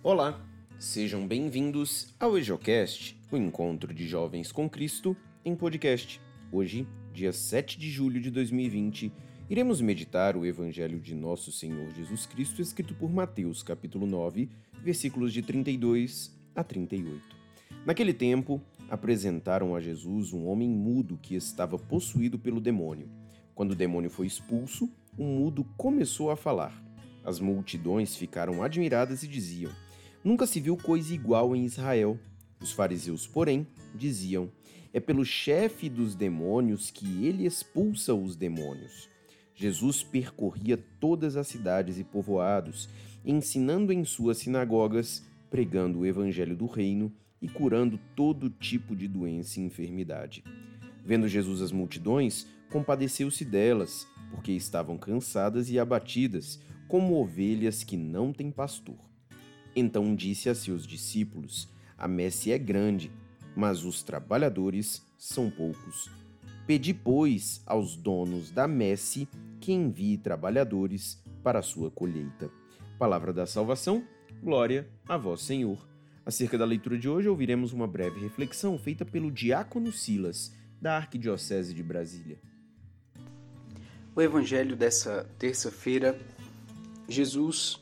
Olá, sejam bem-vindos ao EJOcast, o encontro de jovens com Cristo em podcast. Hoje, dia 7 de julho de 2020, iremos meditar o Evangelho de Nosso Senhor Jesus Cristo escrito por Mateus, capítulo 9, versículos de 32 a 38. Naquele tempo, apresentaram a Jesus um homem mudo que estava possuído pelo demônio. Quando o demônio foi expulso, o mudo começou a falar. As multidões ficaram admiradas e diziam: "Nunca se viu coisa igual em Israel." Os fariseus, porém, diziam: "É pelo chefe dos demônios que ele expulsa os demônios." Jesus percorria todas as cidades e povoados, ensinando em suas sinagogas, pregando o evangelho do reino e curando todo tipo de doença e enfermidade. Vendo Jesus as multidões, compadeceu-se delas, porque estavam cansadas e abatidas, como ovelhas que não têm pastor. Então disse a seus discípulos: "A messe é grande, mas os trabalhadores são poucos. Pedi, pois, aos donos da messe que envie trabalhadores para a sua colheita." Palavra da salvação, glória a vós, Senhor. Acerca da leitura de hoje, ouviremos uma breve reflexão feita pelo diácono Silas, da Arquidiocese de Brasília. O evangelho dessa terça-feira, Jesus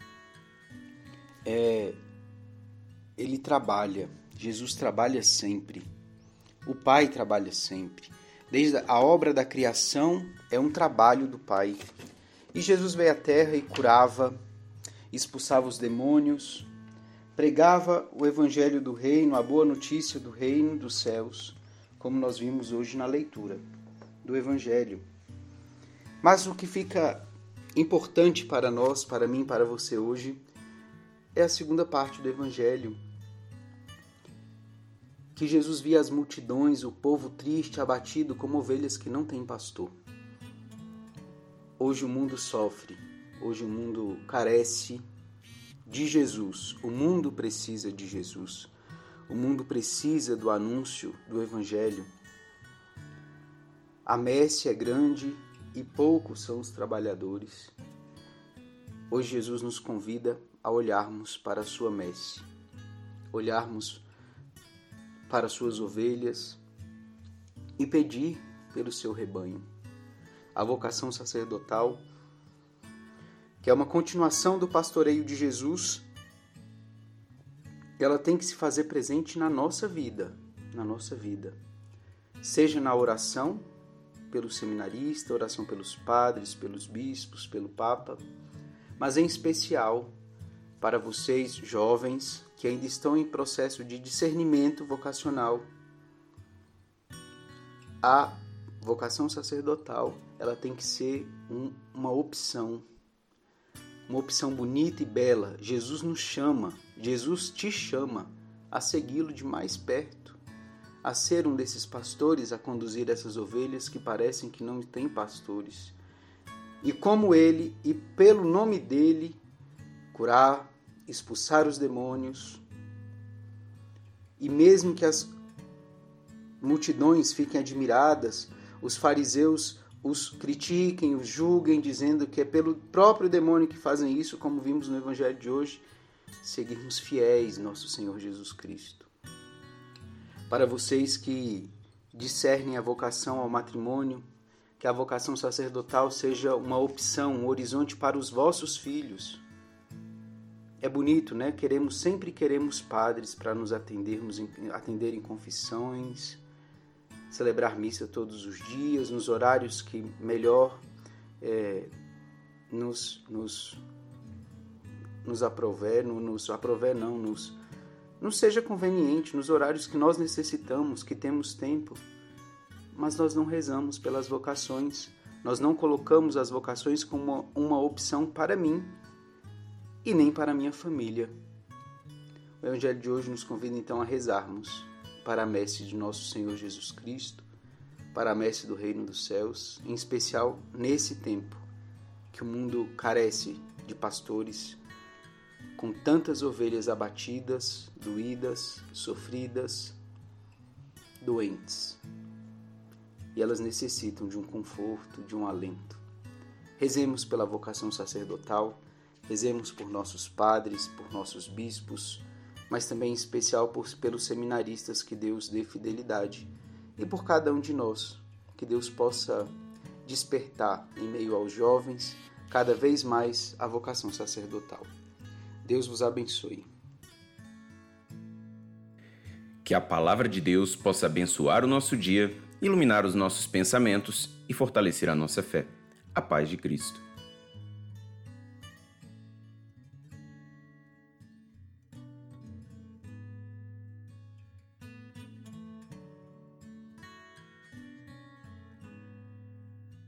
Jesus trabalha sempre. O Pai trabalha sempre. Desde a obra da criação é um trabalho do Pai. E Jesus veio à terra e curava, expulsava os demônios, pregava o evangelho do reino, a boa notícia do reino dos céus, como nós vimos hoje na leitura do evangelho. Mas o que fica importante para nós, para mim, para você hoje, é a segunda parte do evangelho, que Jesus via as multidões, o povo triste, abatido, como ovelhas que não têm pastor. Hoje o mundo sofre, hoje o mundo carece de Jesus, o mundo precisa de Jesus, o mundo precisa do anúncio do evangelho. A messe é grande e poucos são os trabalhadores. Hoje Jesus nos convida a olharmos para a sua messe, olharmos para as suas ovelhas e pedir pelo seu rebanho. A vocação sacerdotal, que é uma continuação do pastoreio de Jesus, ela tem que se fazer presente na nossa vida, seja na oração pelo seminarista, oração pelos padres, pelos bispos, pelo Papa, mas em especial para vocês jovens que ainda estão em processo de discernimento vocacional. A vocação sacerdotal, ela tem que ser uma opção bonita e bela. Jesus nos chama, Jesus te chama a segui-lo de mais perto, a ser um desses pastores, a conduzir essas ovelhas que parecem que não têm pastores. E como ele, e pelo nome dele, curar, expulsar os demônios. E mesmo que as multidões fiquem admiradas, os fariseus os critiquem, os julguem, dizendo que é pelo próprio demônio que fazem isso, como vimos no evangelho de hoje, seguirmos fiéis nosso Senhor Jesus Cristo. Para vocês que discernem a vocação ao matrimônio, que a vocação sacerdotal seja uma opção, um horizonte para os vossos filhos. É bonito, né? Sempre queremos padres para nos atender em confissões, celebrar missa todos os dias, nos horários que melhor nos seja conveniente, nos horários que nós necessitamos, que temos tempo. Mas nós não rezamos pelas vocações, nós não colocamos as vocações como uma opção para mim e nem para a minha família. O Evangelho de hoje nos convida então a rezarmos para a messe de nosso Senhor Jesus Cristo, para a messe do Reino dos Céus, em especial nesse tempo que o mundo carece de pastores, com tantas ovelhas abatidas, doídas, sofridas, doentes. E elas necessitam de um conforto, de um alento. Rezemos pela vocação sacerdotal, Rezemos por nossos padres, por nossos bispos, mas também em especial pelos seminaristas, que Deus dê fidelidade, e por cada um de nós, que Deus possa despertar em meio aos jovens cada vez mais a vocação sacerdotal. Deus vos abençoe. Que a palavra de Deus possa abençoar o nosso dia, iluminar os nossos pensamentos e fortalecer a nossa fé. A paz de Cristo.